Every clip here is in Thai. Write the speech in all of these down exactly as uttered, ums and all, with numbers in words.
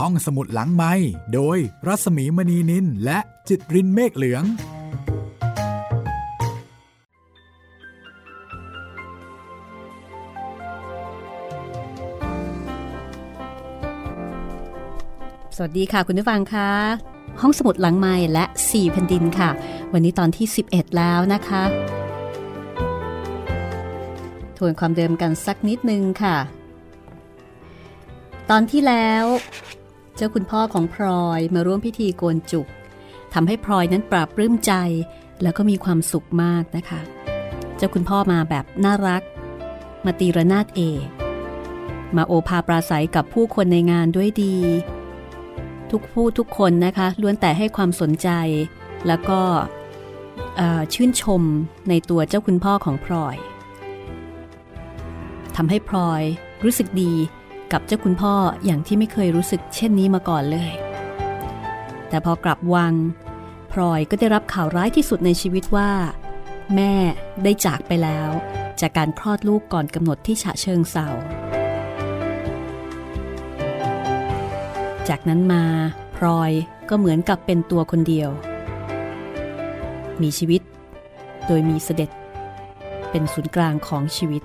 ห้องสมุดหลังไมค์โดยรัศมีมณีนินและจิตรินเมฆเหลืองสวัสดีค่ะคุณผู้ฟังค่ะห้องสมุดหลังไมค์และสี่แผ่นดินค่ะวันนี้ตอนที่สิบเอ็ดแล้วนะคะทวนความเดิมกันสักนิดนึงค่ะตอนที่แล้วเจ้าคุณพ่อของพลอยมาร่วมพิธีโกนจุกทำให้พลอยนั้นปราบปลื้มใจแล้วก็มีความสุขมากนะคะเจ้าคุณพ่อมาแบบน่ารักมาตีระนาดเอกมาโอภาปราศัยกับผู้คนในงานด้วยดีทุกผู้ทุกคนนะคะล้วนแต่ให้ความสนใจแล้วก็ชื่นชมในตัวเจ้าคุณพ่อของพลอยทำให้พลอยรู้สึกดีกับเจ้าคุณพ่ออย่างที่ไม่เคยรู้สึกเช่นนี้มาก่อนเลยแต่พอกลับวังพลอยก็ได้รับข่าวร้ายที่สุดในชีวิตว่าแม่ได้จากไปแล้วจากการคลอดลูกก่อนกำหนดที่ฉะเชิงเทราจากนั้นมาพลอยก็เหมือนกับเป็นตัวคนเดียวมีชีวิตโดยมีเสด็จเป็นศูนย์กลางของชีวิต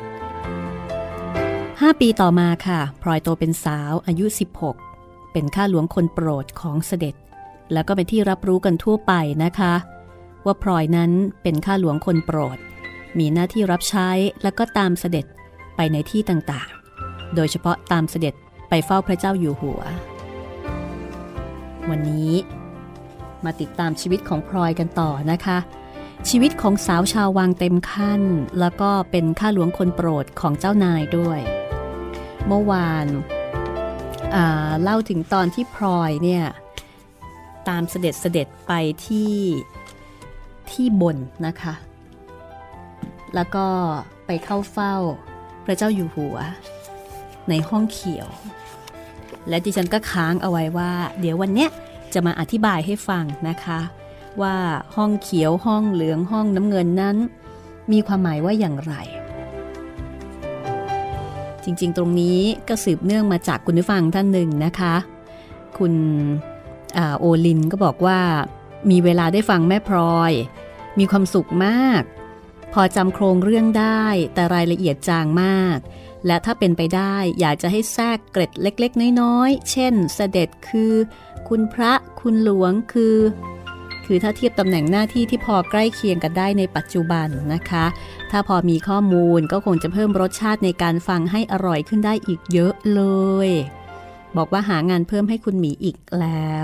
ห้าปีต่อมาค่ะพลอยโตเป็นสาวอายุสิบหกเป็นข้าหลวงคนโปรดของเสด็จแล้วก็เป็นที่รับรู้กันทั่วไปนะคะว่าพลอยนั้นเป็นข้าหลวงคนโปรดมีหน้าที่รับใช้แล้วก็ตามเสด็จไปในที่ต่างๆโดยเฉพาะตามเสด็จไปเฝ้าพระเจ้าอยู่หัววันนี้มาติดตามชีวิตของพลอยกันต่อนะคะชีวิตของสาวชาววังเต็มขั้นแล้วก็เป็นข้าหลวงคนโปรดของเจ้านายด้วยเมื่อวานเล่าถึงตอนที่พลอยเนี่ยตามเสด็จเสด็จไปที่ที่บนนะคะแล้วก็ไปเข้าเฝ้าพระเจ้าอยู่หัวในห้องเขียวและดิฉันก็ค้างเอาไว้ว่าเดี๋ยววันเนี้ยจะมาอธิบายให้ฟังนะคะว่าห้องเขียวห้องเหลืองห้องน้ำเงินนั้นมีความหมายว่าอย่างไรจริงๆตรงนี้ก็สืบเนื่องมาจากคุณผู้ฟังท่านหนึ่งนะคะคุณโอลินก็บอกว่ามีเวลาได้ฟังแม่พลอยมีความสุขมากพอจำโครงเรื่องได้แต่รายละเอียดจางมากและถ้าเป็นไปได้อยากจะให้แทรกเกร็ดเล็กๆน้อยๆเช่นเสด็จคือคุณพระคุณหลวงคือคือถ้าเทียบตำแหน่งหน้าที่ที่พอใกล้เคียงกันได้ในปัจจุบันนะคะถ้าพอมีข้อมูลก็คงจะเพิ่มรสชาติในการฟังให้อร่อยขึ้นได้อีกเยอะเลยบอกว่าหางานเพิ่มให้คุณหมีอีกแล้ว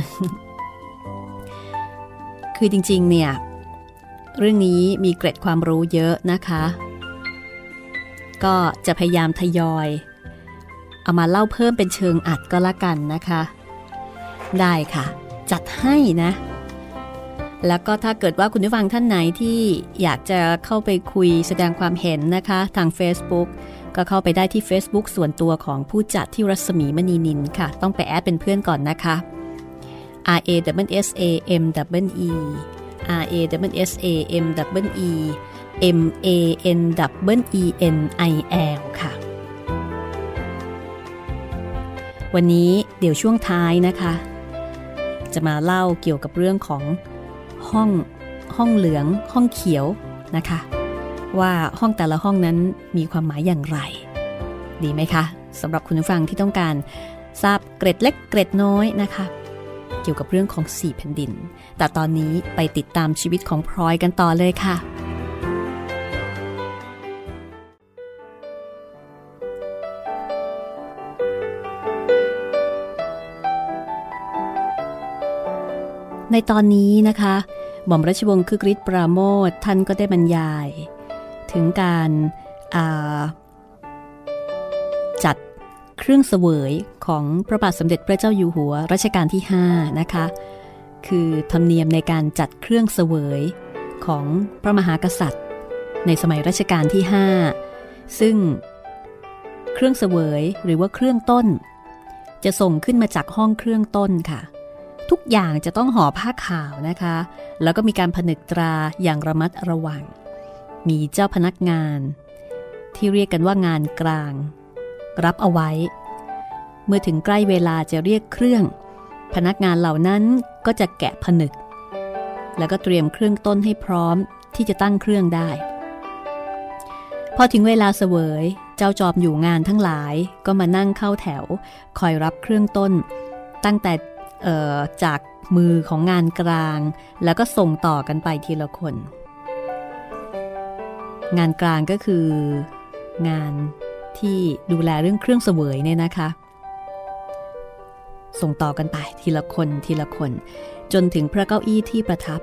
คือจริงๆเนี่ยเรื่องนี้มีเกร็ดความรู้เยอะนะคะก็จะพยายามทยอยเอามาเล่าเพิ่มเป็นเชิงอัดก็แล้วกันนะคะได้ค่ะจัดให้นะแล้วก็ถ้าเกิดว่าคุณผู้ฟังท่านไหนที่อยากจะเข้าไปคุยแสดงความเห็นนะคะทาง Facebook ก็เข้าไปได้ที่ Facebook ส่วนตัวของผู้จัดที่รัศมีมณีนินค่ะต้องไปแอดเป็นเพื่อนก่อนนะคะ R A S S A M E E R A S S A M E E M A N E N I L ค่ะวันนี้เดี๋ยวช่วงท้ายนะคะจะมาเล่าเกี่ยวกับเรื่องของห้องห้องเหลืองห้องเขียวนะคะว่าห้องแต่ละห้องนั้นมีความหมายอย่างไรดีไหมคะสำหรับคุณผู้ฟังที่ต้องการทราบเกร็ดเล็กเกร็ดน้อยนะคะเกี่ยวกับเรื่องของสี่แผ่นดินแต่ตอนนี้ไปติดตามชีวิตของพลอยกันต่อเลยค่ะในตอนนี้นะคะหม่อมราชวงศ์คึกฤทธิ์ปราโมทย์ท่านก็ได้บรรยายถึงการจัดเครื่องเสวยของพระบาทสมเด็จพระเจ้าอยู่หัวรัชกาลที่ห้านะคะคือธรรมเนียมในการจัดเครื่องเสวยของพระมหากษัตริย์ในสมัยรัชกาลที่ห้าซึ่งเครื่องเสวยหรือว่าเครื่องต้นจะส่งขึ้นมาจากห้องเครื่องต้นค่ะทุกอย่างจะต้องห่อผ้าขาวนะคะแล้วก็มีการผนึกตราอย่างระมัดระวังมีเจ้าพนักงานที่เรียกกันว่างานกลางรับเอาไว้เมื่อถึงใกล้เวลาจะเรียกเครื่องพนักงานเหล่านั้นก็จะแกะผนึกแล้วก็เตรียมเครื่องต้นให้พร้อมที่จะตั้งเครื่องได้พอถึงเวลาเสวยเจ้าจอมอยู่งานทั้งหลายก็มานั่งเข้าแถวคอยรับเครื่องต้นตั้งแต่จากมือของงานกลางแล้วก็ส่งต่อกันไปทีละคนงานกลางก็คืองานที่ดูแลเรื่องเครื่องเสวยเนี่ยนะคะส่งต่อกันไปทีละคนทีละคนจนถึงพระเก้าอี้ที่ประทับ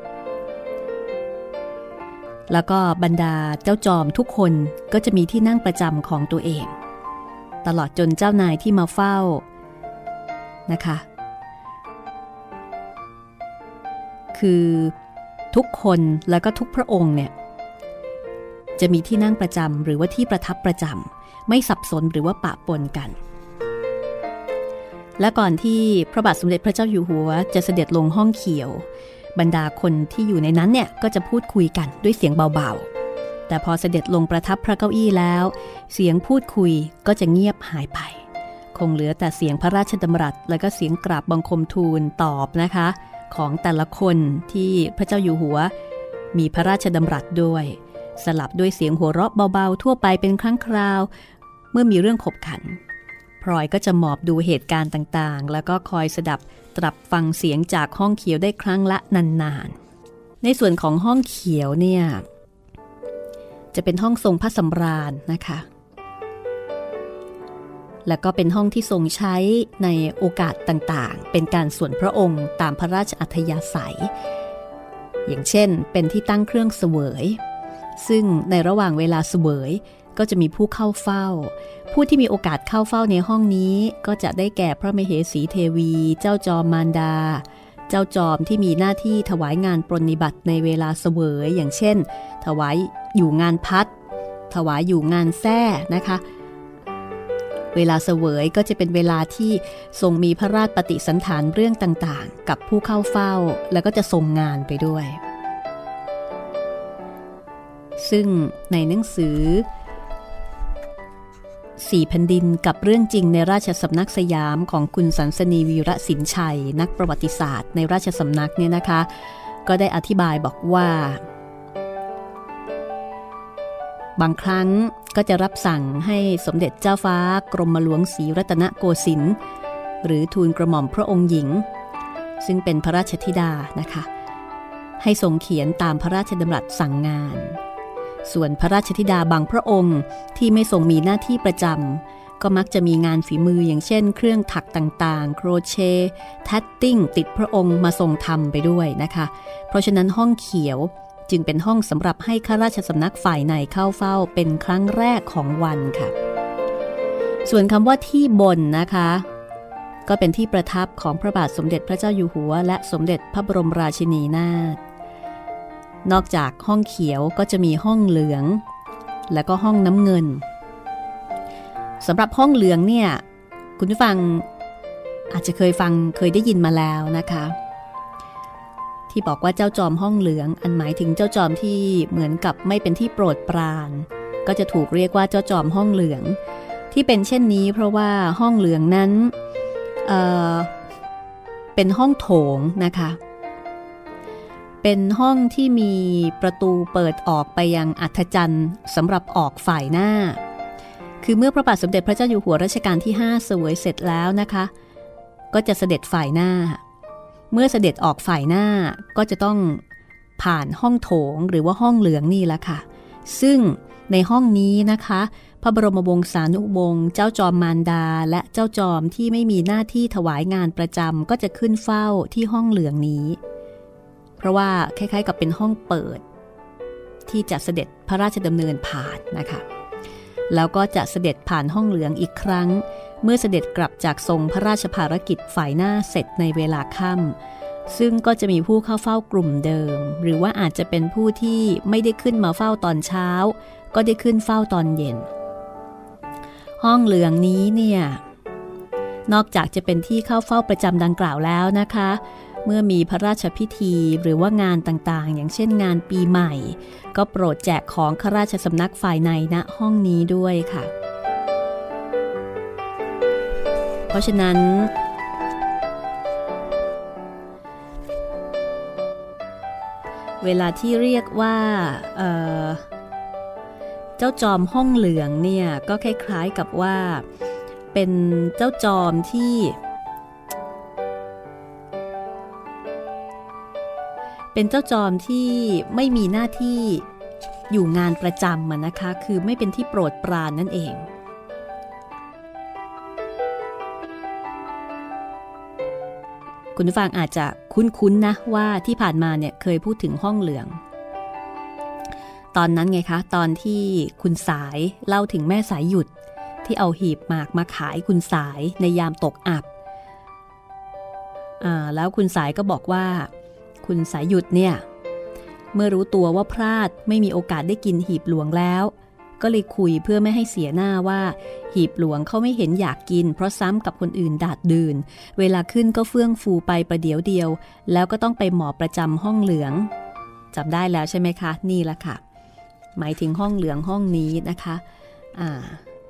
แล้วก็บรรดาเจ้าจอมทุกคนก็จะมีที่นั่งประจำของตัวเองตลอดจนเจ้านายที่มาเฝ้านะคะคือทุกคนแล้วก็ทุกพระองค์เนี่ยจะมีที่นั่งประจำหรือว่าที่ประทับประจำไม่สับสนหรือว่าปะปนกันและก่อนที่พระบาทสมเด็จพระเจ้าอยู่หัวจะเสด็จลงห้องเขียวบรรดาคนที่อยู่ในนั้นเนี่ยก็จะพูดคุยกันด้วยเสียงเบาๆแต่พอเสด็จลงประทับพระเก้าอี้แล้วเสียงพูดคุยก็จะเงียบหายไปคงเหลือแต่เสียงพระราชดำรัสและก็เสียงกราบบังคมทูลตอบนะคะของแต่ละคนที่พระเจ้าอยู่หัวมีพระราชดำรัสด้วยสลับด้วยเสียงหัวเราะเบาๆทั่วไปเป็นครั้งคราวเมื่อมีเรื่องขบขันพลอยก็จะหมอบดูเหตุการณ์ต่างๆแล้วก็คอยสดับตรับฟังเสียงจากห้องเขียวได้ครั้งละนานๆในส่วนของห้องเขียวเนี่ยจะเป็นห้องทรงพระสำราญนะคะแล้วก็เป็นห้องที่ทรงใช้ในโอกาสต่างๆเป็นการส่วนพระองค์ตามพระราชอัธยาศัยอย่างเช่นเป็นที่ตั้งเครื่องเสวยซึ่งในระหว่างเวลาเสวยก็จะมีผู้เข้าเฝ้าผู้ที่มีโอกาสเข้าเฝ้าในห้องนี้ก็จะได้แก่พระมเหสีเทวีเจ้าจอมมารดาเจ้าจอมที่มีหน้าที่ถวายงานปรนนิบัติในเวลาเสวยอย่างเช่นถวายอยู่งานพัดถวายอยู่งานแท้นะคะเวลาเสวยก็จะเป็นเวลาที่ทรงมีพระราชปฏิสันถานเรื่องต่างๆกับผู้เข้าเฝ้าแล้วก็จะทรงงานไปด้วยซึ่งในหนังสือสี่แผ่นดินกับเรื่องจริงในราชสำนักสยามของคุณสันสนีวีระสินชัยนักประวัติศาสตร์ในราชสำนักเนี่ยนะคะก็ได้อธิบายบอกว่าบางครั้งก็จะรับสั่งให้สมเด็จเจ้าฟ้ากรมหลวงศรีรัตนโกสินทร์หรือทูลกระหม่อมพระองค์หญิงซึ่งเป็นพระราชธิดานะคะให้ทรงเขียนตามพระราชดำรัสสั่งงานส่วนพระราชธิดาบางพระองค์ที่ไม่ทรงมีหน้าที่ประจำก็มักจะมีงานฝีมืออย่างเช่นเครื่องถักต่างๆโครเชต์แทตติ้งติดพระองค์มาทรงทำไปด้วยนะคะเพราะฉะนั้นห้องเขียวจึงเป็นห้องสำหรับให้ข้าราชสำนักฝ่ายในเข้าเฝ้าเป็นครั้งแรกของวันค่ะส่วนคำว่าที่บนนะคะก็เป็นที่ประทับของพระบาทสมเด็จพระเจ้าอยู่หัวและสมเด็จพระบรมราชินีนาถนอกจากห้องเขียวก็จะมีห้องเหลืองและก็ห้องน้ำเงินสำหรับห้องเหลืองเนี่ยคุณผู้ฟังอาจจะเคยฟังเคยได้ยินมาแล้วนะคะที่บอกว่าเจ้าจอมห้องเหลืองอันหมายถึงเจ้าจอมที่เหมือนกับไม่เป็นที่โปรดปรานก็จะถูกเรียกว่าเจ้าจอมห้องเหลืองที่เป็นเช่นนี้เพราะว่าห้องเหลืองนั้นเอ่อเป็นห้องโถงนะคะเป็นห้องที่มีประตูเปิดออกไปยังอัฐจันทร์สำหรับออกฝ่ายหน้าคือเมื่อพระบาทสมเด็จพระเจ้าอยู่หัวรัชกาลที่ห้าเสวยเสร็จแล้วนะคะก็จะเสด็จฝ่ายหน้าเมื่อเสด็จออกฝ่ายหน้าก็จะต้องผ่านห้องโถงหรือว่าห้องเหลืองนี่แหละค่ะซึ่งในห้องนี้นะคะพระบรมวงศานุวงศ์เจ้าจอมมารดาและเจ้าจอมที่ไม่มีหน้าที่ถวายงานประจำก็จะขึ้นเฝ้าที่ห้องเหลืองนี้เพราะว่าคล้ายๆกับเป็นห้องเปิดที่จะเสด็จพระราชดำเนินผ่านนะคะแล้วก็จะเสด็จผ่านห้องเหลืองอีกครั้งเมื่อเสด็จกลับจากทรงพระราชภารกิจฝ่ายหน้าเสร็จในเวลาค่ำซึ่งก็จะมีผู้เข้าเฝ้ากลุ่มเดิมหรือว่าอาจจะเป็นผู้ที่ไม่ได้ขึ้นมาเฝ้าตอนเช้าก็ได้ขึ้นเฝ้าตอนเย็นห้องเหลืองนี้เนี่ยนอกจากจะเป็นที่เข้าเฝ้าประจำดังกล่าวแล้วนะคะเมื่อมีพระราชพิธีหรือว่างานต่างๆอย่างเช่นงานปีใหม่ก็โปรดแจกของข้าราชสำนักฝ่ายในณห้องนี้ด้วยค่ะเพราะฉะนั้นเวลาที่เรียกว่า เอ่อ เจ้าจอมห้องเหลืองเนี่ยก็คล้ายๆกับว่าเป็นเจ้าจอมที่เป็นเจ้าจอมที่ไม่มีหน้าที่อยู่งานประจำอะนะคะคือไม่เป็นที่โปรดปรานนั่นเองคุณผู้ฟังอาจจะคุ้นๆนะว่าที่ผ่านมาเนี่ยเคยพูดถึงห้องเหลืองตอนนั้นไงคะตอนที่คุณสายเล่าถึงแม่สายหยุดที่เอาหีบหมากมาขายคุณสายในยามตกอับอ่าแล้วคุณสายก็บอกว่าคุณสายหยุดเนี่ยเมื่อรู้ตัวว่าพลาดไม่มีโอกาสได้กินหีบหลวงแล้วก็เลยคุยเพื่อไม่ให้เสียหน้าว่าหีบหลวงเขาไม่เห็นอยากกินเพราะซ้ำกับคนอื่นดาดดื่นเวลาขึ้นก็เฟื่องฟูไปประเดี๋ยวเดียวแล้วก็ต้องไปหมอประจำห้องเหลืองจำได้แล้วใช่ไหมคะนี่แหละค่ะหมายถึงห้องเหลืองห้องนี้นะคะอ่า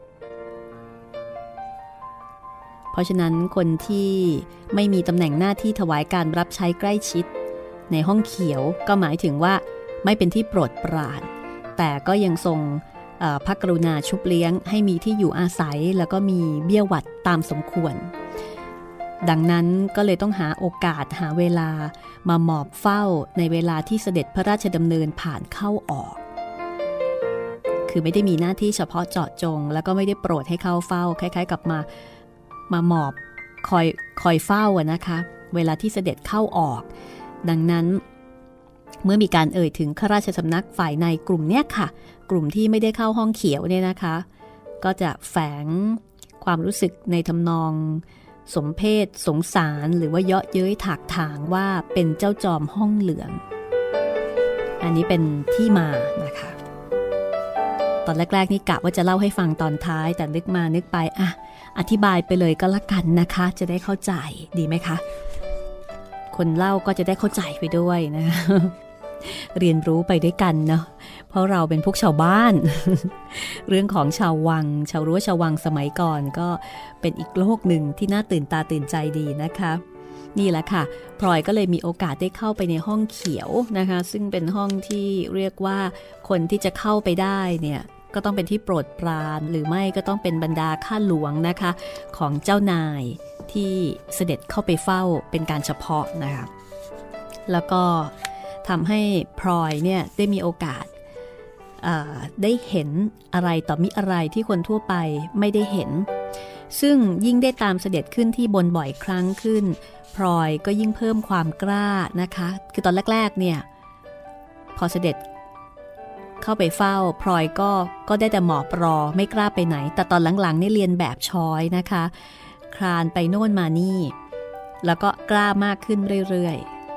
เพราะฉะนั้นคนที่ไม่มีตำแหน่งหน้าที่ถวายการรับใช้ใกล้ชิดในห้องเขียวก็หมายถึงว่าไม่เป็นที่โปรดปรานแต่ก็ยังทรงพระกรุณาชุบเลี้ยงให้มีที่อยู่อาศัยแล้วก็มีเบี้ยหวัดตามสมควรดังนั้นก็เลยต้องหาโอกาสหาเวลามาหมอบเฝ้าในเวลาที่เสด็จพระราชดำเนินผ่านเข้าออกคือไม่ได้มีหน้าที่เฉพาะเจาะจงแล้วก็ไม่ได้โปรดให้เข้าเฝ้าคล้ายๆกับมามาหมอบคอยคอยเฝ้าอะนะคะเวลาที่เสด็จเข้าออกดังนั้นเมื่อมีการเอ่ยถึงข้าราชสำนักฝ่ายในกลุ่มเนี้ยค่ะกลุ่มที่ไม่ได้เข้าห้องเขียวเนี่ยนะคะก็จะแฝงความรู้สึกในทำนองสมเพศสงสารหรือว่าเยาะเย้ยถากถางว่าเป็นเจ้าจอมห้องเหลืองอันนี้เป็นที่มานะคะตอนแรกๆนี่กะว่าจะเล่าให้ฟังตอนท้ายแต่นึกมานึกไปอ่ะอธิบายไปเลยก็แล้วกันนะคะจะได้เข้าใจดีไหมคะคนเล่าก็จะได้เข้าใจไปด้วยนะเรียนรู้ไปด้วยกันเนาะเพราะเราเป็นพวกชาวบ้าน เรื่องของชาววังชาวรั้วชาววังสมัยก่อนก็เป็นอีกโลกหนึ่งที่น่าตื่นตาตื่นใจดีนะคะนี่แหละค่ะพลอยก็เลยมีโอกาสได้เข้าไปในห้องเขียวนะคะซึ่งเป็นห้องที่เรียกว่าคนที่จะเข้าไปได้เนี่ยก็ต้องเป็นที่โปรดปรานหรือไม่ก็ต้องเป็นบรรดาข้าหลวงนะคะของเจ้านายที่เสด็จเข้าไปเฝ้าเป็นการเฉพาะนะคะแล้วก็ทำให้พลอยเนี่ยได้มีโอกาสได้เห็นอะไรต่อมิอะไรที่คนทั่วไปไม่ได้เห็นซึ่งยิ่งได้ตามเสด็จขึ้นที่บนบ่อยครั้งขึ้นพลอยก็ยิ่งเพิ่มความกล้านะคะคือตอนแรกๆเนี่ยพอเสด็จเข้าไปเฝ้าพลอยก็ก็ได้แต่หมอบรอไม่กล้าไปไหนแต่ตอนหลังๆนี่เรียนแบบช้อยนะคะคลานไปโน่นมานี่แล้วก็กล้ามากขึ้นเรื่อย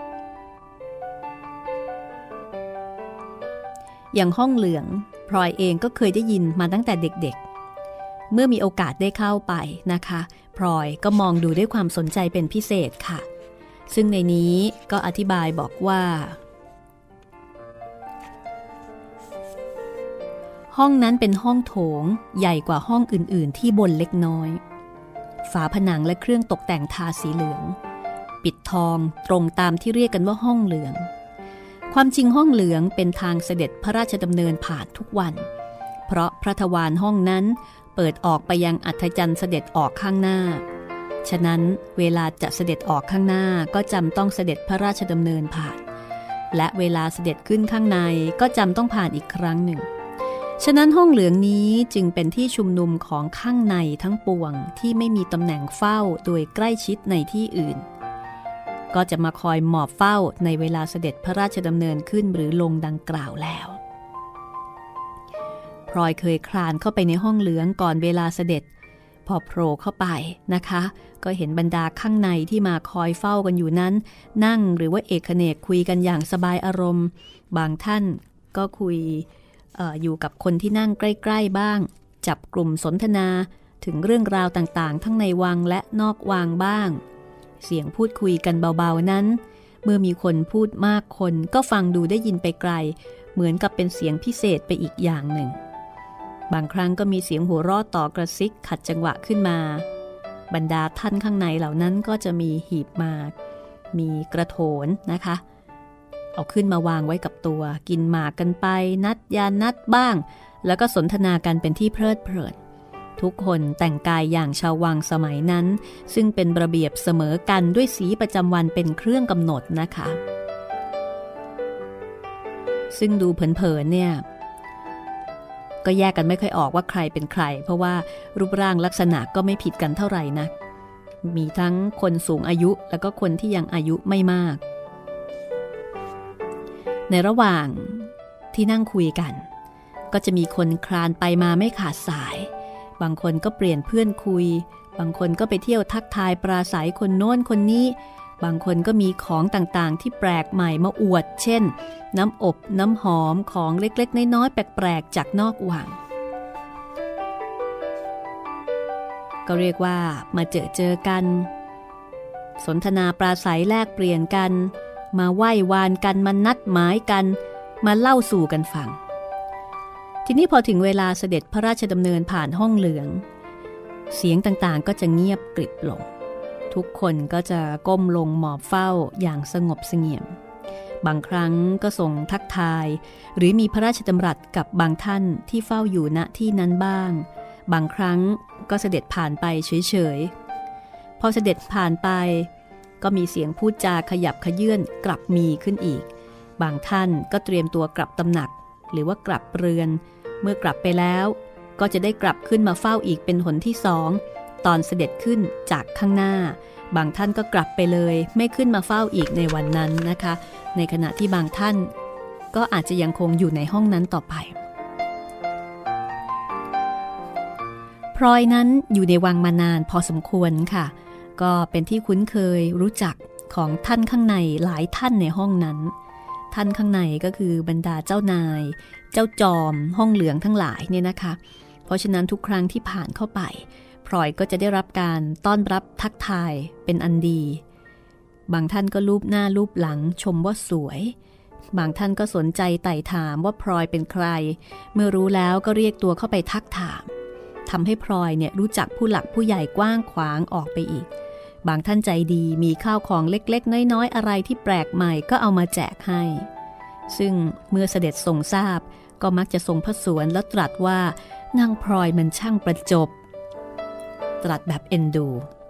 ๆอย่างห้องเหลืองพลอยเองก็เคยได้ยินมาตั้งแต่เด็กๆเมื่อมีโอกาสได้เข้าไปนะคะพลอยก็มองดูด้วยความสนใจเป็นพิเศษค่ะซึ่งในนี้ก็อธิบายบอกว่าห้องนั้นเป็นห้องโถงใหญ่กว่าห้องอื่นๆที่บนเล็กน้อยฝาผนังและเครื่องตกแต่งทาสีเหลืองปิดทองตรงตามที่เรียกกันว่าห้องเหลืองความจริงห้องเหลืองเป็นทางเสด็จพระราชดำเนินผ่านทุกวันเพราะพระทวารห้องนั้นเปิดออกไปยังอัฐจันทร์เสด็จออกข้างหน้าฉะนั้นเวลาจะเสด็จออกข้างหน้าก็จำต้องเสด็จพระราชดำเนินผ่านและเวลาเสด็จขึ้นข้างในก็จำต้องผ่านอีกครั้งหนึ่งฉะนั้นห้องเหลืองนี้จึงเป็นที่ชุมนุมของข้างในทั้งปวงที่ไม่มีตำแหน่งเฝ้าโดยใกล้ชิดในที่อื่นก็จะมาคอยหมอบเฝ้าในเวลาเสด็จพระราชดำเนินขึ้นหรือลงดังกล่าวแล้วพลอยเคยคลานเข้าไปในห้องเหลืองก่อนเวลาเสด็จพอโผล่เข้าไปนะคะก็เห็นบรรดาข้างในที่มาคอยเฝ้ากันอยู่นั้นนั่งหรือว่าเอกเนกคุยกันอย่างสบายอารมณ์บางท่านก็คุยเอ่ออยู่กับคนที่นั่งใกล้ๆบ้างจับกลุ่มสนทนาถึงเรื่องราวต่างๆทั้งในวังและนอกวังบ้างเสียงพูดคุยกันเบาๆนั้นเมื่อมีคนพูดมากคนก็ฟังดูได้ยินไปไกลเหมือนกับเป็นเสียงพิเศษไปอีกอย่างหนึ่งบางครั้งก็มีเสียงหัวเราะต่อกระซิกขัดจังหวะขึ้นมาบรรดาท่านข้างในเหล่านั้นก็จะมีหีบหมากมีกระโถนนะคะเอาขึ้นมาวางไว้กับตัวกินหมากกันไปนัดยานัดบ้างแล้วก็สนทนากันเป็นที่เพลิดเพลินทุกคนแต่งกายอย่างชาววังสมัยนั้นซึ่งเป็นระเบียบเสมอกันด้วยสีประจำวันเป็นเครื่องกำหนดนะคะซึ่งดูเผินๆเนี่ยก็แยกกันไม่ค่อยออกว่าใครเป็นใครเพราะว่ารูปร่างลักษณะก็ไม่ผิดกันเท่าไหร่นักมีทั้งคนสูงอายุแล้วก็คนที่ยังอายุไม่มากในระหว่างที่นั่งคุยกันก็จะมีคนคลานไปมาไม่ขาดสายบางคนก็เปลี่ยนเพื่อนคุยบางคนก็ไปเที่ยวทักทายปราศัยคนโน้นคนนี้บางคนก็มีของต่างๆที่แปลกใหม่มาอวดเช่นน้ำอบน้ำหอมของเล็กๆน้อยๆแปลกๆจากนอกวังก็เรียกว่ามาเจอเจอกันสนทนาปราศัยแลกเปลี่ยนกันมาไหว้วานกันมานัดหมายกันมาเล่าสู่กันฟังทีนี้พอถึงเวลาเสด็จพระราชดำเนินผ่านห้องเหลืองเสียงต่างๆก็จะเงียบกริบลงทุกคนก็จะก้มลงหมอบเฝ้าอย่างสงบเสงี่ยมบางครั้งก็ส่งทักทายหรือมีพระราชดำรัสกับบางท่านที่เฝ้าอยู่ณที่นั้นบ้างบางครั้งก็เสด็จผ่านไปเฉยๆพอเสด็จผ่านไปก็มีเสียงพูดจาขยับขยื่นกลับมีขึ้นอีกบางท่านก็เตรียมตัวกลับตำหนักหรือว่ากลับเรือนเมื่อกลับไปแล้วก็จะได้กลับขึ้นมาเฝ้าอีกเป็นหนที่สองตอนเสด็จขึ้นจากข้างหน้าบางท่านก็กลับไปเลยไม่ขึ้นมาเฝ้าอีกในวันนั้นนะคะในขณะที่บางท่านก็อาจจะยังคงอยู่ในห้องนั้นต่อไปพลอยนั้นอยู่ในวังมานานพอสมควรค่ะก็เป็นที่คุ้นเคยรู้จักของท่านข้างในหลายท่านในห้องนั้นท่านข้างในก็คือบรรดาเจ้านายเจ้าจอมห้องเหลืองทั้งหลายเนี่ยนะคะเพราะฉะนั้นทุกครั้งที่ผ่านเข้าไปพลอยก็จะได้รับการต้อนรับทักทายเป็นอันดีบางท่านก็ลูบหน้าลูบหลังชมว่าสวยบางท่านก็สนใจไต่ถามว่าพลอยเป็นใครเมื่อรู้แล้วก็เรียกตัวเข้าไปทักถามทำให้พลอยเนี่ยรู้จักผู้หลักผู้ใหญ่กว้างขวางออกไปอีกบางท่านใจดีมีข้าวของเล็กๆน้อยๆอะไรที่แปลกใหม่ก็เอามาแจกให้ซึ่งเมื่อเสด็จทรงทราบก็มักจะทรงพระสวนแล้วตรัสว่านางพลอยมันช่างประจบตรัสแบบเอ็นดู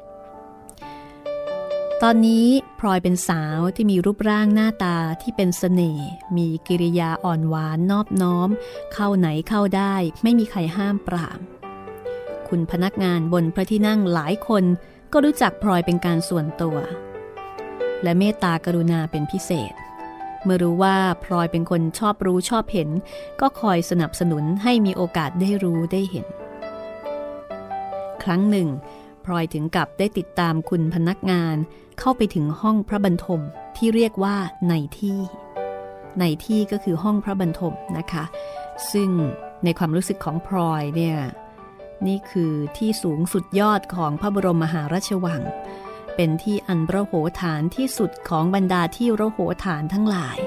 ตอนนี้พลอยเป็นสาวที่มีรูปร่างหน้าตาที่เป็นเสน่ห์มีกิริยาอ่อนหวานนอบน้อมเข้าไหนเข้าได้ไม่มีใครห้ามปรามคุณพนักงานบนพระที่นั่งหลายคนก็รู้จักพลอยเป็นการส่วนตัวและเมตตากรุณาเป็นพิเศษเมื่อรู้ว่าพลอยเป็นคนชอบรู้ชอบเห็นก็คอยสนับสนุนให้มีโอกาสได้รู้ได้เห็นครั้งหนึ่งพลอยถึงกับได้ติดตามคุณพนักงานเข้าไปถึงห้องพระบรรทมที่เรียกว่าในที่ในที่ก็คือห้องพระบรรทมนะคะซึ่งในความรู้สึกของพลอยเนี่ยนี่คือที่สูงสุดยอดของพระบรมมหาราชวังเป็นที่อันระโหฐานที่สุดของบรรดาที่ระโหฐานทั้งหลาย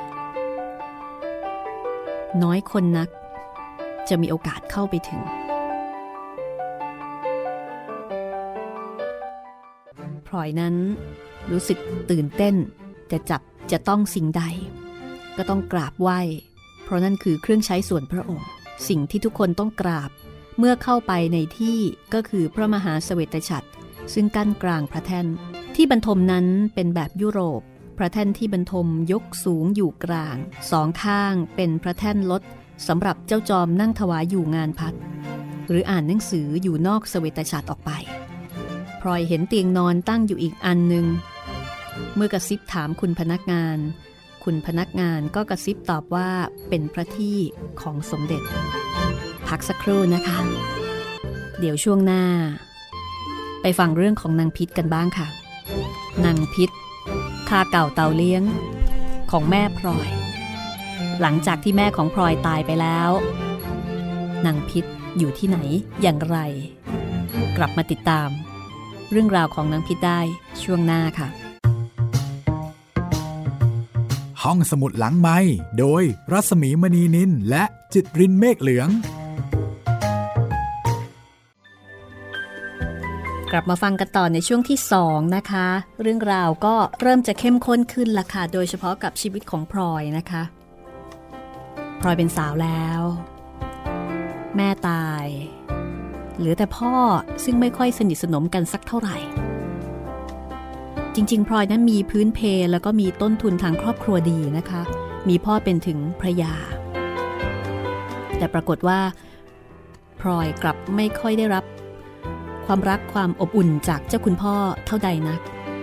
น้อยคนนักจะมีโอกาสเข้าไปถึงพลอยนั้นรู้สึกตื่นเต้นจะจับจะต้องสิ่งใดก็ต้องกราบไหว้เพราะนั่นคือเครื่องใช้ส่วนพระองค์สิ่งที่ทุกคนต้องกราบเมื่อเข้าไปในที่ก็คือพระมหาเสวตฉัตรซึ่งกั้นกลางพระแท่นที่บรรทมนั้นเป็นแบบยุโรปพระแท่นที่บรรทมยกสูงอยู่กลางสองข้างเป็นพระแท่นลดสำหรับเจ้าจอมนั่งถวายอยู่งานพัดหรืออ่านหนังสืออยู่นอกเสวตฉัตรออกไปพลอยเห็นเตียงนอนตั้งอยู่อีกอันหนึ่งเมื่อกระซิบถามคุณพนักงานคุณพนักงานก็กระซิบตอบว่าเป็นพระที่ของสมเด็จพักสักครู่นะคะเดี๋ยวช่วงหน้าไปฟังเรื่องของนางพิษกันบ้างค่ะนางพิษข้าเก่าเตาเลี้ยงของแม่พลอยหลังจากที่แม่ของพลอยตายไปแล้วนางพิษอยู่ที่ไหนอย่างไรกลับมาติดตามเรื่องราวของนางพิษได้ช่วงหน้าค่ะห้องสมุดหลังไมค์โดยรัศมีมณีนินและจิตรินเมฆเหลืองกลับมาฟังกันต่อในช่วงที่สองนะคะเรื่องราวก็เริ่มจะเข้มข้นขึ้นละค่ะโดยเฉพาะกับชีวิตของพลอยนะคะพลอยเป็นสาวแล้วแม่ตายเหลือแต่พ่อซึ่งไม่ค่อยสนิทสนมกันสักเท่าไหร่จริงๆพลอยนั้นมีพื้นเพแล้วก็มีต้นทุนทางครอบครัวดีนะคะมีพ่อเป็นถึงพระยาแต่ปรากฏว่าพลอยกลับไม่ค่อยได้รับความรักความอบอุ่นจากเจ้าคุณพ่อเท่าใดนัก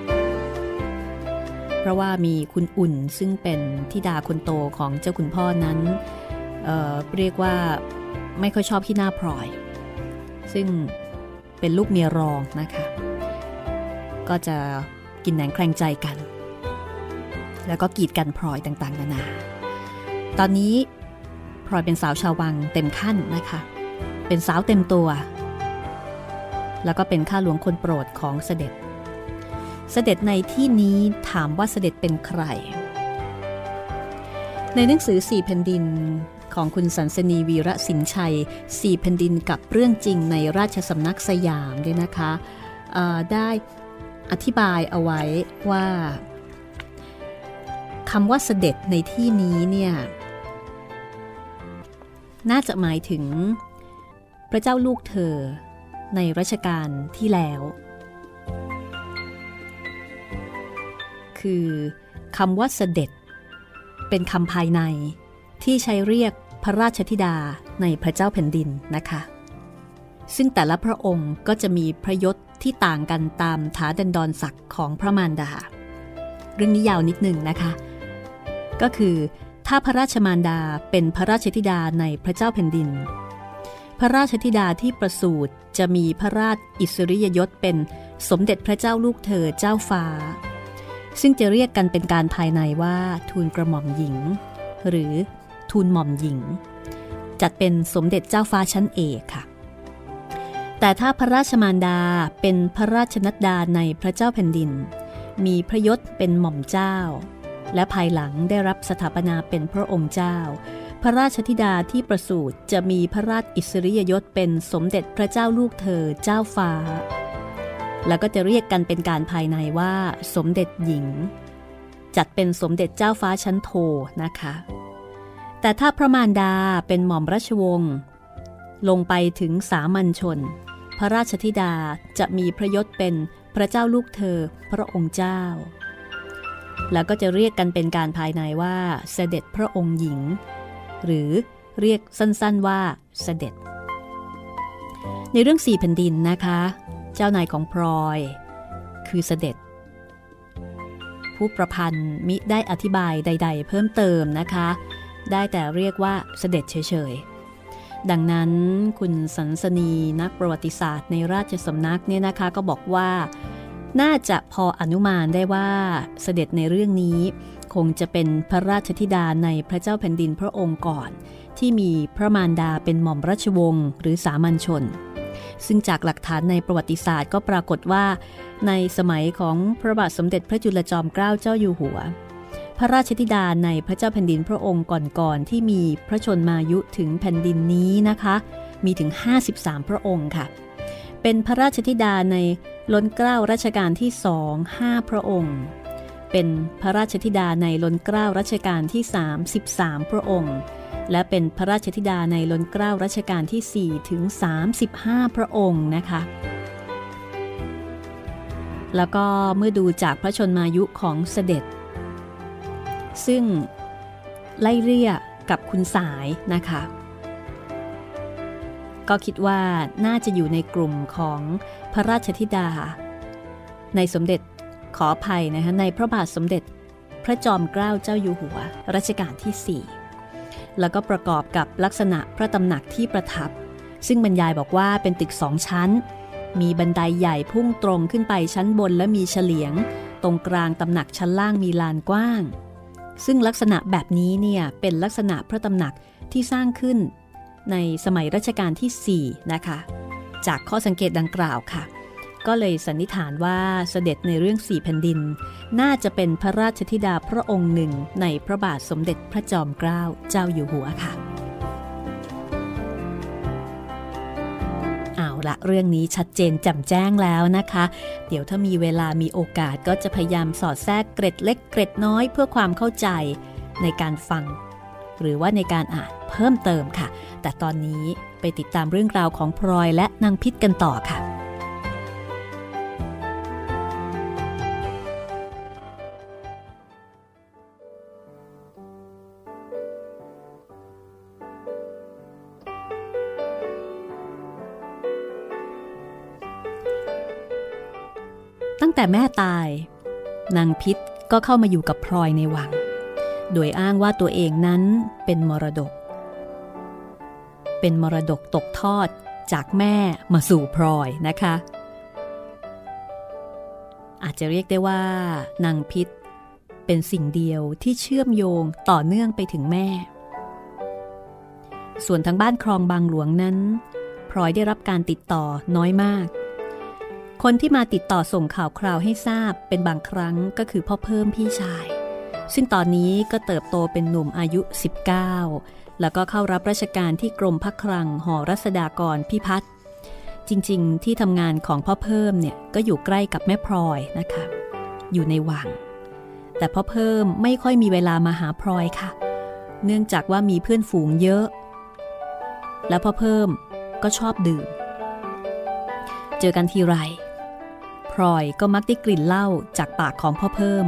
เพราะว่ามีคุณอุ่นซึ่งเป็นธิดาคนโตของเจ้าคุณพ่อนั้น เอ่อ เรียกว่าไม่ค่อยชอบที่หน้าพลอยซึ่งเป็นลูกเมียรองนะคะก็จะกินแหนงแคลงใจกันแล้วก็กีดกันพลอยต่างๆนานาตอนนี้พลอยเป็นสาวชาววังเต็มขั้นนะคะเป็นสาวเต็มตัวแล้วก็เป็นข้าหลวงคนโปรดของเสด็จเสด็จในที่นี้ถามว่าเสด็จเป็นใครในหนังสือสี่แผ่นดินของคุณสันสนีวีระสินชัยสี่แผ่นดินกับเรื่องจริงในราชสำนักสยามเนี่ยนะคะได้อธิบายเอาไว้ว่าคำว่าเสด็จในที่นี้เนี่ยน่าจะหมายถึงพระเจ้าลูกเธอในรัชกาลที่แล้วคือคำว่าเสด็จเป็นคำภายในที่ใช้เรียกพระราชธิดาในพระเจ้าแผ่นดินนะคะซึ่งแต่ละพระองค์ก็จะมีพระยศที่ต่างกันตามฐานันดรศักดิ์ของพระมารดาเรื่องนี้ยาวนิดหนึ่งนะคะก็คือถ้าพระราชมารดาเป็นพระราชธิดาในพระเจ้าแผ่นดินพระราชธิดาที่ประสูติจะมีพระราชอิสริยยศเป็นสมเด็จพระเจ้าลูกเธอเจ้าฟ้าซึ่งจะเรียกกันเป็นการภายในว่าทูลกระหม่อมหญิงหรือทูลหม่อมหญิงจัดเป็นสมเด็จเจ้าฟ้าชั้นเอกค่ะแต่ถ้าพระราชมารดาเป็นพระราชนัดดาในพระเจ้าแผ่นดินมีพระยศเป็นหม่อมเจ้าและภายหลังได้รับสถาปนาเป็นพระองค์เจ้าพระราชธิดาที่ประสูติจะมีพระราชอิสริยยศเป็นสมเด็จพระเจ้าลูกเธอเจ้าฟ้าแล้วก็จะเรียกกันเป็นการภายในว่าสมเด็จหญิงจัดเป็นสมเด็จเจ้าฟ้าชั้นโทนะคะแต่ถ้าพระมารดาเป็นหม่อมราชวงศ์ลงไปถึงสามัญชนพระราชธิดาจะมีพระยศเป็นพระเจ้าลูกเธอพระองค์เจ้าแล้วก็จะเรียกกันเป็นการภายในว่าเสด็จพระองค์หญิงหรือเรียกสั้นๆว่าเสด็จในเรื่องสี่แผ่นดินนะคะเจ้านายของพลอยคือเสด็จผู้ประพันธ์มิได้อธิบายใดๆเพิ่มเติมนะคะได้แต่เรียกว่าเสด็จเฉยๆดังนั้นคุณสันสนีนักประวัติศาสตร์ในราชสำนักเนี่ยนะคะก็บอกว่าน่าจะพออนุมานได้ว่าเสด็จในเรื่องนี้คงจะเป็นพระราชธิดาในพระเจ้าแผ่นดินพระองค์ก่อนที่มีพระมารดาเป็นหม่อมราชวงศ์หรือสามัญชนซึ่งจากหลักฐานในประวัติศาสตร์ก็ปรากฏว่าในสมัยของพระบาทสมเด็จพระจุลจอมเกล้าเจ้าอยู่หัวพระราชธิดาในพระเจ้าแผ่นดินพระองค์ก่อนๆที่มีพระชนมายุถึงแผ่นดินนี้นะคะมีถึงห้าสิบสามพระองค์ค่ะเป็นพระราชธิดาในล้นเกล้ารัชกาลที่สองห้าพระองค์เป็นพระราชธิดาในล้นเกล้ารัชกาลที่สามสิบสามพระองค์และเป็นพระราชธิดาในล้นเกล้ารัชกาลที่สี่ถึงสามสิบห้าพระองค์นะคะแล้วก็เมื่อดูจากพระชนมายุของเสด็จซึ่งไล่เลี่ยกับคุณสายนะคะก็คิดว่าน่าจะอยู่ในกลุ่มของพระราชธิดาในสมเด็จขออภัยนะคะในพระบาทสมเด็จพระจอมเกล้าเจ้าอยู่หัวรัชกาลที่สี่แล้วก็ประกอบกับลักษณะพระตำหนักที่ประทับซึ่งบรรยายบอกว่าเป็นตึกสองชั้นมีบันไดใหญ่พุ่งตรงขึ้นไปชั้นบนและมีเฉลียงตรงกลางตำหนักชั้นล่างมีลานกว้างซึ่งลักษณะแบบนี้เนี่ยเป็นลักษณะพระตำหนักที่สร้างขึ้นในสมัยรัชกาลที่สี่นะคะจากข้อสังเกตดังกล่าวค่ะก็เลยสันนิษฐานว่าเสด็จในเรื่องสี่แผ่นดินน่าจะเป็นพระราชธิดาพระองค์หนึ่งในพระบาทสมเด็จพระจอมเกล้าเจ้าอยู่หัวค่ะเอาละเรื่องนี้ชัดเจนแจ่มแจ้งแล้วนะคะเดี๋ยวถ้ามีเวลามีโอกาสก็จะพยายามสอดแทรกเกร็ดเล็กเกร็ดน้อยเพื่อความเข้าใจในการฟังหรือว่าในการอ่านเพิ่มเติมค่ะแต่ตอนนี้ไปติดตามเรื่องราวของพลอยและนางพิษกันต่อค่ะตั้งแต่แม่ตายนางพิษก็เข้ามาอยู่กับพลอยในวังโดยอ้างว่าตัวเองนั้นเป็นมรดกเป็นมรดกตกทอดจากแม่มาสู่พลอยนะคะอาจจะเรียกได้ว่านางพิษเป็นสิ่งเดียวที่เชื่อมโยงต่อเนื่องไปถึงแม่ส่วนทางบ้านคลองบางหลวงนั้นพลอยได้รับการติดต่อน้อยมากคนที่มาติดต่อส่งข่าวคราวให้ทราบเป็นบางครั้งก็คือพ่อเพิ่มพี่ชายซึ่งตอนนี้ก็เติบโตเป็นหนุ่มอายุสิบเก้าแล้วก็เข้ารับราชการที่กรมพระคลังหอรัศดากรพิพัฒน์จริงๆที่ทำงานของพ่อเพิ่มเนี่ยก็อยู่ใกล้กับแม่พลอยนะคะอยู่ในวังแต่พ่อเพิ่มไม่ค่อยมีเวลามาหาพลอยค่ะเนื่องจากว่ามีเพื่อนฝูงเยอะแล้วพ่อเพิ่มก็ชอบดื่มเจอกันทีไรพลอยก็มักได้กลิ่นเหล้าจากปากของพ่อเพิ่ม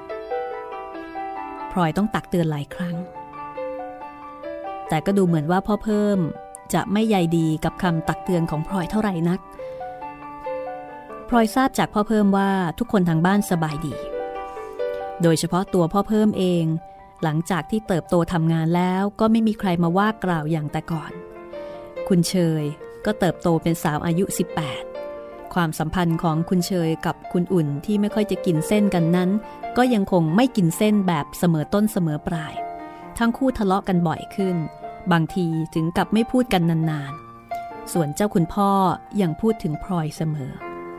พลอยต้องตักเตือนหลายครั้งแต่ก็ดูเหมือนว่าพ่อเพิ่มจะไม่ใยดีกับคำตักเตือนของพลอยเท่าไหร่นักพลอยทราบจากพ่อเพิ่มว่าทุกคนทางบ้านสบายดีโดยเฉพาะตัวพ่อเพิ่มเองหลังจากที่เติบโตทำงานแล้วก็ไม่มีใครมาว่ากล่าวอย่างแต่ก่อนคุณเชยก็เติบโตเป็นสาวอายุสิบแปดความสัมพันธ์ของคุณเชยกับคุณอุ่นที่ไม่ค่อยจะกินเส้นกันนั้นก็ยังคงไม่กินเส้นแบบเสมอต้นเสมอปลายทั้งคู่ทะเลาะกันบ่อยขึ้นบางทีถึงกับไม่พูดกันนานๆส่วนเจ้าคุณพ่อยังพูดถึงพลอยเสมอ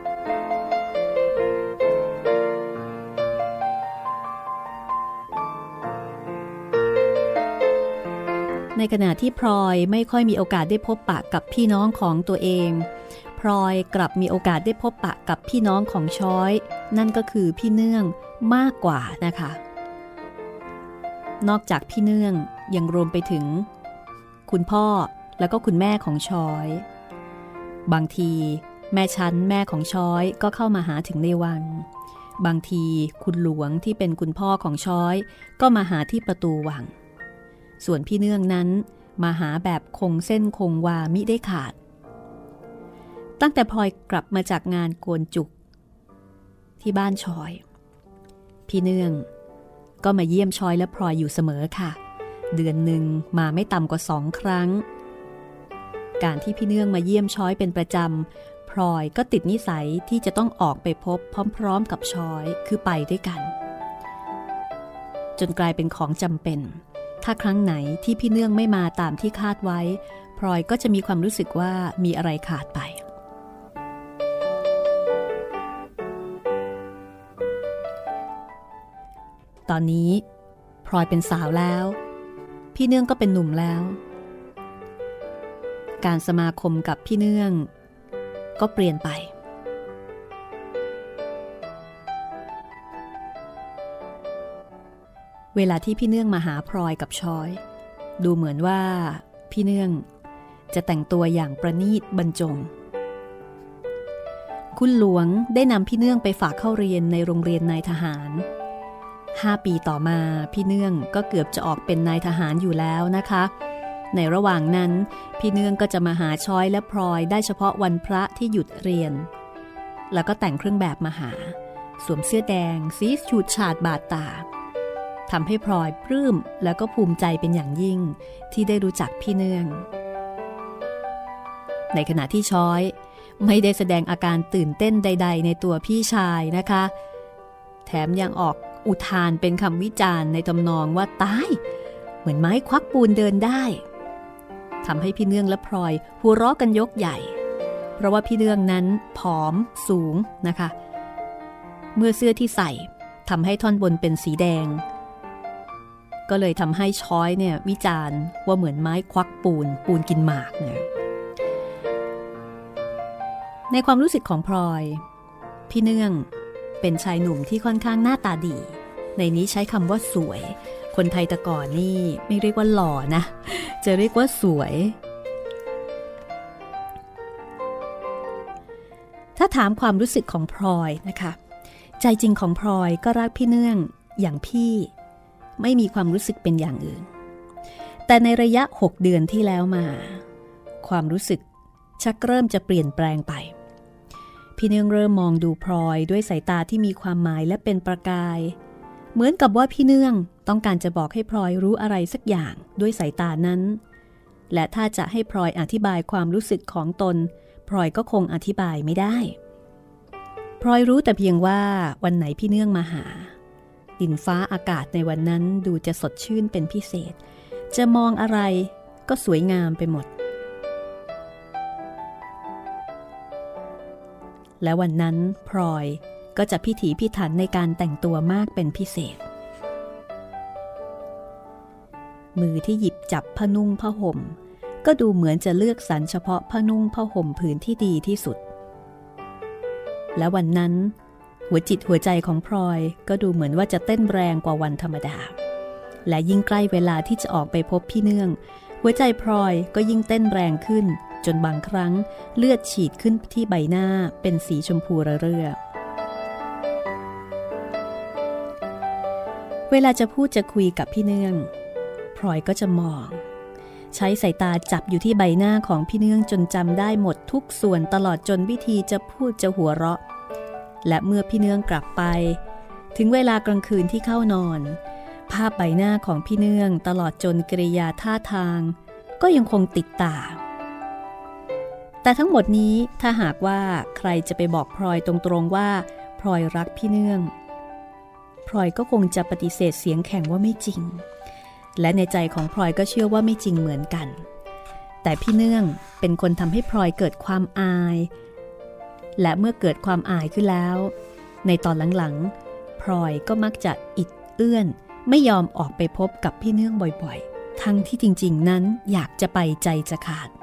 ในขณะที่พลอยไม่ค่อยมีโอกาสได้พบปะกับพี่น้องของตัวเองพลอยกลับมีโอกาสได้พบปะกับพี่น้องของช้อยนั่นก็คือพี่เนื่องมากกว่านะคะนอกจากพี่เนื่องยังรวมไปถึงคุณพ่อแล้วก็คุณแม่ของช้อยบางทีแม่ชั้นแม่ของช้อยก็เข้ามาหาถึงในวังบางทีคุณหลวงที่เป็นคุณพ่อของช้อยก็มาหาที่ประตูวังส่วนพี่เนื่องนั้นมาหาแบบคงเส้นคงวามิได้ขาดตั้งแต่พลอยกลับมาจากงานโกนจุกที่บ้านช้อยพี่เนื่องก็มาเยี่ยมช้อยและพลอยอยู่เสมอค่ะเดือนหนึ่งมาไม่ต่ำกว่าสองครั้งการที่พี่เนื่องมาเยี่ยมช้อยเป็นประจำพลอยก็ติดนิสัยที่จะต้องออกไปพบพร้อมๆกับช้อยคือไปด้วยกันจนกลายเป็นของจำเป็นถ้าครั้งไหนที่พี่เนื่องไม่มาตามที่คาดไว้พลอยก็จะมีความรู้สึกว่ามีอะไรขาดไปตอนนี้พลอยเป็นสาวแล้วพี่เนื่องก็เป็นหนุ่มแล้วการสมาคมกับพี่เนื่องก็เปลี่ยนไปเวลาที่พี่เนื่องมาหาพลอยกับช้อยดูเหมือนว่าพี่เนื่องจะแต่งตัวอย่างประณีตบรรจงคุณหลวงได้นำพี่เนื่องไปฝากเข้าเรียนในโรงเรียนนายทหารห้าปีต่อมาพี่เนื่องก็เกือบจะออกเป็นนายทหารอยู่แล้วนะคะในระหว่างนั้นพี่เนื่องก็จะมาหาช้อยและพลอยได้เฉพาะวันพระที่หยุดเรียนแล้วก็แต่งเครื่องแบบมาหาสวมเสื้อแดงสีฉูดฉาดบาดตาทำให้พลอยปลื้มแล้วก็ภูมิใจเป็นอย่างยิ่งที่ได้รู้จักพี่เนื่องในขณะที่ช้อยไม่ได้แสดงอาการตื่นเต้นใดๆในตัวพี่ชายนะคะแถมยังออกอุทานเป็นคำวิจารณ์ในทำนองว่าตายเหมือนไม้ควักปูนเดินได้ทำให้พี่เนื่องและพลอยหัวเราะกันยกใหญ่เพราะว่าพี่เนื่องนั้นผอมสูงนะคะเมื่อเสื้อที่ใส่ทำให้ท่อนบนเป็นสีแดงก็เลยทำให้ช้อยเนี่ยวิจารณ์ว่าเหมือนไม้ควักปูนปูนกินหมากเนี่ยในความรู้สึกของพลอยพี่เนื่องเป็นชายหนุ่มที่ค่อนข้างหน้าตาดีในนี้ใช้คำว่าสวยคนไทยแต่ก่อนนี่ไม่เรียกว่าหล่อนะจะเรียกว่าสวยถ้าถามความรู้สึกของพลอยนะคะใจจริงของพลอยก็รักพี่เนื่องอย่างพี่ไม่มีความรู้สึกเป็นอย่างอื่นแต่ในระยะหกเดือนที่แล้วมาความรู้สึกชักเริ่มจะเปลี่ยนแปลงไปพี่เนื่องเริ่มมองดูพลอยด้วยสายตาที่มีความหมายและเป็นประกายเหมือนกับว่าพี่เนื่องต้องการจะบอกให้พลอยรู้อะไรสักอย่างด้วยสายตานั้นและถ้าจะให้พลอยอธิบายความรู้สึกของตนพลอยก็คงอธิบายไม่ได้พลอยรู้แต่เพียงว่าวันไหนพี่เนื่องมาหาดินฟ้าอากาศในวันนั้นดูจะสดชื่นเป็นพิเศษจะมองอะไรก็สวยงามไปหมดและวันนั้นพลอยก็จะพิถีพิถันในการแต่งตัวมากเป็นพิเศษมือที่หยิบจับผ้านุ่งผ้าห่มก็ดูเหมือนจะเลือกสรรเฉพาะผ้านุ่งผ้าห่มผืนที่ดีที่สุดและวันนั้นหัวจิตหัวใจของพลอยก็ดูเหมือนว่าจะเต้นแรงกว่าวันธรรมดาและยิ่งใกล้เวลาที่จะออกไปพบพี่เนื่องหัวใจพลอยก็ยิ่งเต้นแรงขึ้นจนบางครั้งเลือดฉีดขึ้นที่ใบหน้าเป็นสีชมพูระเรื่อเวลาจะพูดจะคุยกับพี่เนื่องพลอยก็จะมองใช้สายตาจับอยู่ที่ใบหน้าของพี่เนื่องจนจำได้หมดทุกส่วนตลอดจนวิธีจะพูดจะหัวเราะและเมื่อพี่เนื่องกลับไปถึงเวลากลางคืนที่เข้านอนภาพใบหน้าของพี่เนื่องตลอดจนกริยาท่าทางก็ยังคงติดตาแต่ทั้งหมดนี้ถ้าหากว่าใครจะไปบอกพลอยตรงๆว่าพลอยรักพี่เนื่องพลอยก็คงจะปฏิเสธเสียงแข็งว่าไม่จริงและในใจของพลอยก็เชื่อว่าไม่จริงเหมือนกันแต่พี่เนื่องเป็นคนทำให้พลอยเกิดความอายและเมื่อเกิดความอายขึ้นแล้วในตอนหลังๆพลอยก็มักจะอิดเอื้อนไม่ยอมออกไปพบกับพี่เนื่องบ่อยๆทั้งที่จริงๆนั้นอยากจะไปใจจะขาด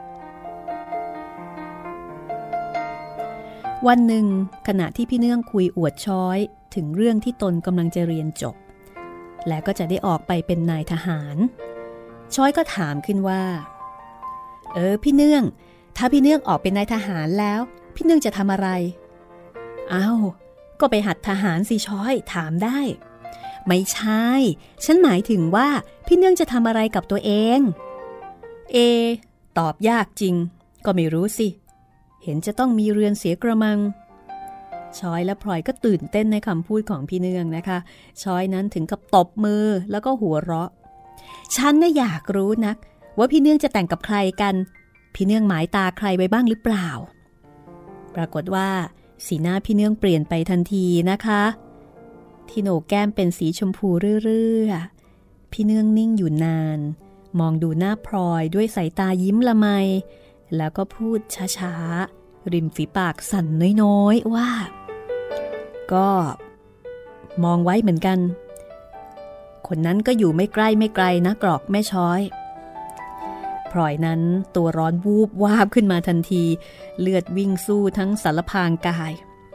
วันหนึ่งขณะที่พี่เนื่องคุยอวดช้อยถึงเรื่องที่ตนกำลังจะเรียนจบและก็จะได้ออกไปเป็นนายทหารช้อยก็ถามขึ้นว่าเออพี่เนื่องถ้าพี่เนื่องออกเป็นนายทหารแล้วพี่เนื่องจะทำอะไรอ้าวก็ไปหัดทหารสิช้อยถามได้ไม่ใช่ฉันหมายถึงว่าพี่เนื่องจะทำอะไรกับตัวเองเอตอบยากจริงก็ไม่รู้สิเห็นจะต้องมีเรือนเสียกระมังช้อยและพลอยก็ตื่นเต้นในคำพูดของพี่เนื่องนะคะช้อยนั้นถึงกับตบมือแล้วก็หัวเราะฉันน่ะอยากรู้นักว่าพี่เนื่องจะแต่งกับใครกันพี่เนื่องหมายตาใครไว้บ้างหรือเปล่าปรากฏว่าสีหน้าพี่เนื่องเปลี่ยนไปทันทีนะคะที่โหนกแก้มเป็นสีชมพูเรื่อยๆพี่เนื่องนิ่งอยู่นานมองดูหน้าพลอยด้วยสายตายิ้มละไมแล้วก็พูดช้าๆริมฝีปากสั่นน้อยๆว่าก็มองไว้เหมือนกันคนนั้นก็อยู่ไม่ใกล้ไม่ไกลนะกรอกแม่ช้อยพลอยนั้นตัวร้อนวูบวาบขึ้นมาทันทีเลือดวิ่งสู้ทั้งสารพางกาย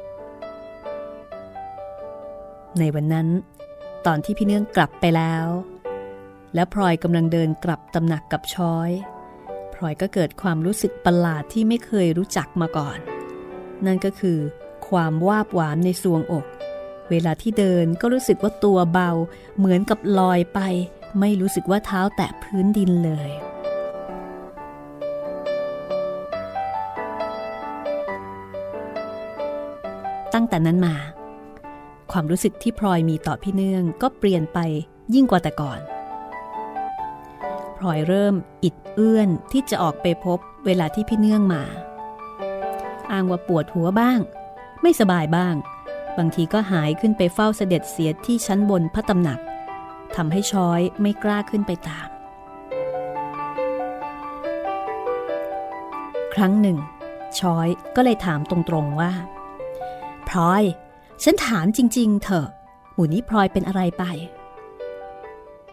ในวันนั้นตอนที่พี่เนื่องกลับไปแล้วและพลอยกำลังเดินกลับตำหนักกับช้อยพลอยก็เกิดความรู้สึกประหลาดที่ไม่เคยรู้จักมาก่อนนั่นก็คือความวาบหวามในทรวงอกเวลาที่เดินก็รู้สึกว่าตัวเบาเหมือนกับลอยไปไม่รู้สึกว่าเท้าแตะพื้นดินเลยตั้งแต่นั้นมาความรู้สึกที่พลอยมีต่อพี่เนื่องก็เปลี่ยนไปยิ่งกว่าแต่ก่อนพลอยเริ่มอิดเอื้อนที่จะออกไปพบเวลาที่พี่เนื่องมาอ้างว่าปวดหัวบ้างไม่สบายบ้างบางทีก็หายขึ้นไปเฝ้าเสด็จเสียที่ชั้นบนพระตำหนักทำให้ช้อยไม่กล้าขึ้นไปตามครั้งหนึ่งช้อยก็เลยถามตรงๆว่าพลอยฉันถามจริงๆเถอะหมู่นี้พลอยเป็นอะไรไป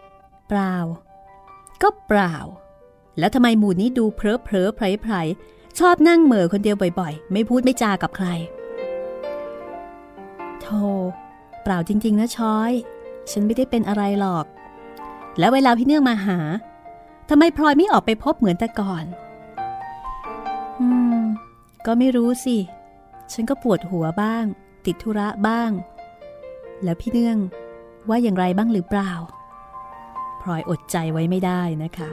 เปล่าก็เปล่าแล้วทำไมหมู่นี้ดูเพลอเพลอไพรไพรชอบนั่งเหม่อคนเดียวบ่อยๆไม่พูดไม่จากับใครโธ่เปล่าจริงๆนะช้อยฉันไม่ได้เป็นอะไรหรอกแล้วเวลาพี่เนื่องมาหาทำไมพลอยไม่ออกไปพบเหมือนแต่ก่อนอืมก็ไม่รู้สิฉันก็ปวดหัวบ้างติดธุระบ้างแล้วพี่เนื่องว่าอย่างไรบ้างหรือเปล่าพลอยอดใจไว้ไม่ได้นะคะ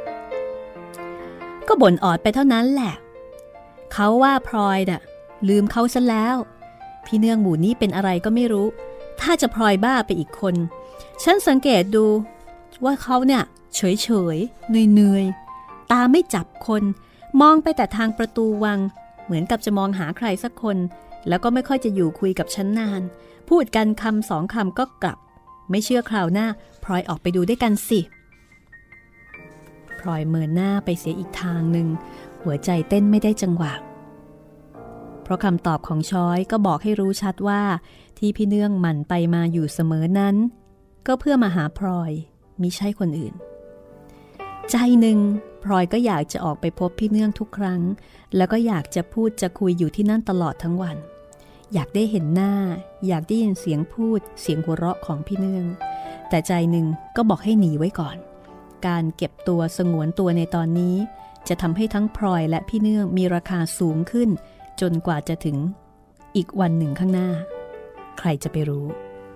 ก็บ่นออดไปเท่านั้นแหละเขาว่าพลอยน่ะลืมเขาซะแล้วพี่เนื่องหมู่นี้เป็นอะไรก็ไม่รู้ถ้าจะพลอยบ้าไปอีกคนฉันสังเกตดูว่าเขาเนี่ยเฉยเฉยเหนื่อยๆตาไม่จับคนมองไปแต่ทางประตูวังเหมือนกับจะมองหาใครสักคนแล้วก็ไม่ค่อยจะอยู่คุยกับฉันนานพูดกันคำสองคำก็กลับไม่เชื่อคราวหน้าพลอยออกไปดูด้วยกันสิพลอยเมินหน้าไปเสียอีกทางหนึ่งหัวใจเต้นไม่ได้จังหวะเพราะคำตอบของช้อยก็บอกให้รู้ชัดว่าที่พี่เนื่องหมั่นไปมาอยู่เสมอนั้นก็เพื่อมาหาพลอยมิใช่คนอื่นใจหนึ่งพลอยก็อยากจะออกไปพบพี่เนื่องทุกครั้งแล้วก็อยากจะพูดจะคุยอยู่ที่นั่นตลอดทั้งวันอยากได้เห็นหน้าอยากได้ยินเสียงพูดเสียงหัวเราะของพี่เนื่องแต่ใจหนึ่งก็บอกให้หนีไว้ก่อนการเก็บตัวสงวนตัวในตอนนี้จะทำให้ทั้งพลอยและพี่เนื่องมีราคาสูงขึ้นจนกว่าจะถึงอีกวันหนึ่งข้างหน้าใครจะไปรู้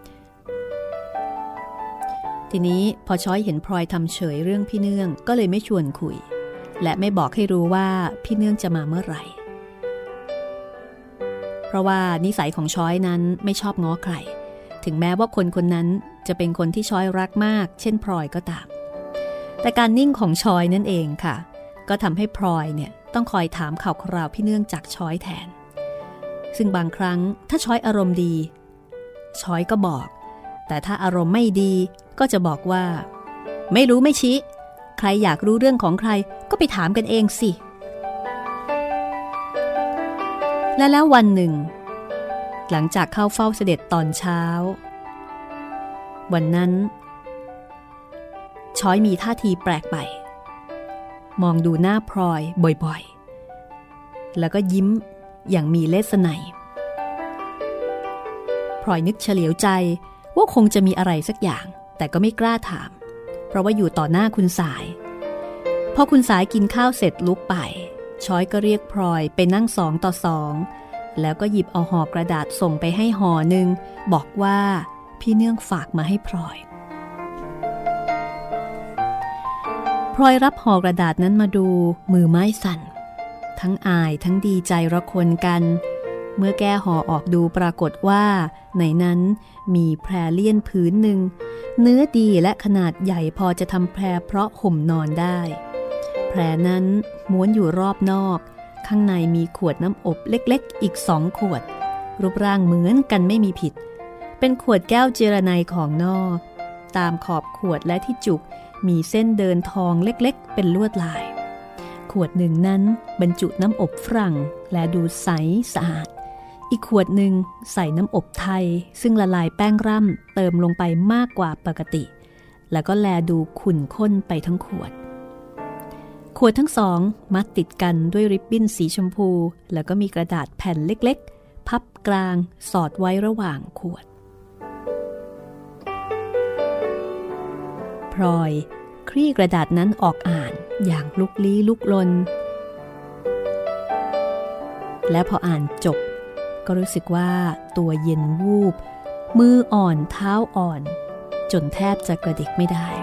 ทีนี้พอช้อยเห็นพลอยทำเฉยเรื่องพี่เนื่องก็เลยไม่ชวนคุยและไม่บอกให้รู้ว่าพี่เนื่องจะมาเมื่อไหร่เพราะว่านิสัยของช้อยนั้นไม่ชอบง้อใครถึงแม้ว่าคนคนนั้นจะเป็นคนที่ช้อยรักมากเช่นพลอยก็ตามแต่การนิ่งของช้อยนั่นเองค่ะก็ทำให้พลอยเนี่ยต้องคอยถามข่าวคราวพี่เนื่องจากช้อยแทนซึ่งบางครั้งถ้าช้อยอารมณ์ดีช้อยก็บอกแต่ถ้าอารมณ์ไม่ดีก็จะบอกว่าไม่รู้ไม่ชี้ใครอยากรู้เรื่องของใครก็ไปถามกันเองสิและแล้ววันหนึ่งหลังจากเข้าเฝ้าเสด็จตอนเช้าวันนั้นช้อยมีท่าทีแปลกไปมองดูหน้าพลอยบ่อยๆแล้วก็ยิ้มอย่างมีเลสไนพลอยนึกเฉลียวใจว่าคงจะมีอะไรสักอย่างแต่ก็ไม่กล้าถามเพราะว่าอยู่ต่อหน้าคุณสายพอคุณสายกินข้าวเสร็จลุกไปช้อยก็เรียกพลอยไปนั่งสองต่อสองแล้วก็หยิบเอาห่อกระดาษส่งไปให้ห่อหนึ่งบอกว่าพี่เนื่องฝากมาให้พลอยพลอยรับห่อกระดาษนั้นมาดูมือไม้สั่นทั้งอายทั้งดีใจระคนกันเมื่อแก้ห่อออกดูปรากฏว่าในนั้นมีแพรเลี่ยนพื้นหนึ่งเนื้อดีและขนาดใหญ่พอจะทำแพรเพราะห่มนอนได้แพรนั้นม้วนอยู่รอบนอกข้างในมีขวดน้ำอบเล็กๆอีกสองขวดรูปร่างเหมือนกันไม่มีผิดเป็นขวดแก้วเจรไนของนอกตามขอบขวดและที่จุกมีเส้นเดินทองเล็กๆเป็นลวดลายขวดหนึ่งนั้นบรรจุน้ำอบฝรั่งและดูใสสะอาดอีกขวดหนึ่งใส่น้ำอบไทยซึ่งละลายแป้งร่ำเติมลงไปมากกว่าปกติแล้วก็แลดูขุ่นข้นไปทั้งขวดขวดทั้งสองมัดติดกันด้วยริบบิ้นสีชมพูแล้วก็มีกระดาษแผ่นเล็กๆพับกลางสอดไว้ระหว่างขวดพลอยคลี่กระดาษนั้นออกอ่านอย่างลุกลี้ลุกลนและพออ่านจบก็รู้สึกว่าตัวเย็นวูบมืออ่อนเท้าอ่อนจนแทบจะกระดิกไม่ได้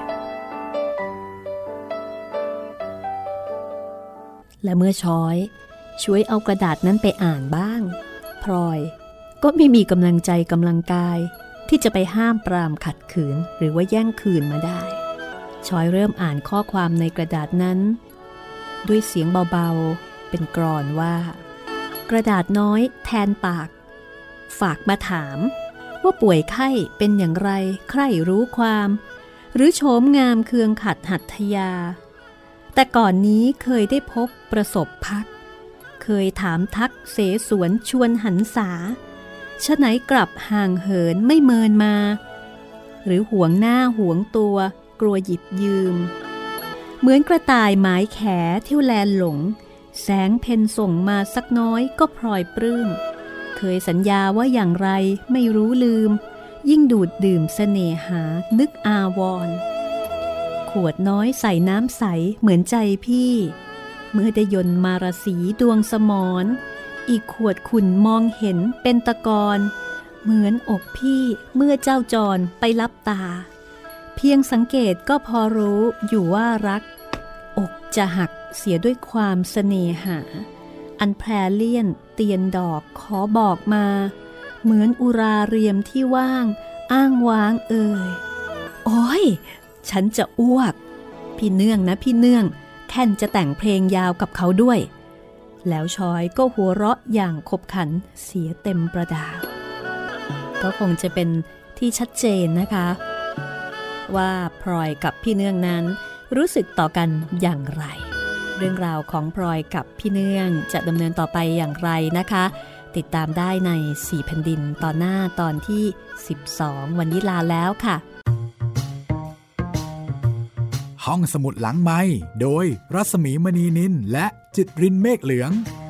และเมื่อช้อยช่วยเอากระดาษนั้นไปอ่านบ้างพลอยก็ไม่มีกำลังใจกำลังกายที่จะไปห้ามปรามขัดขืนหรือว่าแย่งคืนมาได้ช้อยเริ่มอ่านข้อความในกระดาษนั้นด้วยเสียงเบาๆเป็นกลอนว่ากระดาษน้อยแทนปากฝากมาถามว่าป่วยไข้เป็นอย่างไรใครรู้ความหรือโฉมงามเคืองขัดหัตถยาแต่ก่อนนี้เคยได้พบประสบพักเคยถามทักเสสวนชวนหันษาฉะไหนกลับห่างเหินไม่เมินมาหรือห่วงหน้าห่วงตัวกลัวหยิบยืมเหมือนกระต่ายหมายแขเที่ยวแลนหลงแสงเพ็ญส่งมาสักน้อยก็พลอยปลื้มเคยสัญญาว่าอย่างไรไม่รู้ลืมยิ่งดูดดื่มเสน่หานึกอาวรณ์ขวดน้อยใส่น้ำใสเหมือนใจพี่เมื่อได้ยนต์มารสีดวงสมรอีกขวดขุ่นมองเห็นเป็นตะกอนเหมือนอกพี่เมื่อเจ้าจรไปลับตาเพียงสังเกตก็พอรู้อยู่ว่ารักอกจะหักเสียด้วยความเสน่หาอันแพรเลี่ยนเตียนดอกขอบอกมาเหมือนอุราเรียมที่ว่างอ้างว้างเอ่ยโอ้ยฉันจะอ้วกพี่เนื่องนะพี่เนื่องแค่นจะแต่งเพลงยาวกับเขาด้วยแล้วชอยก็หัวเราะอย่างขบขันเสียเต็มประดาก็คงจะเป็นที่ชัดเจนนะคะว่าพลอยกับพี่เนื่องนั้นรู้สึกต่อกันอย่างไรเรื่องราวของพลอยกับพี่เนื่องจะดำเนินต่อไปอย่างไรนะคะติดตามได้ในสี่แผ่นดินตอนหน้าตอนที่สิบสองวันนี้ลาแล้วค่ะห้องสมุดหลังไมค์โดยรัศมีมณีนินและจิตรินเมฆเหลือง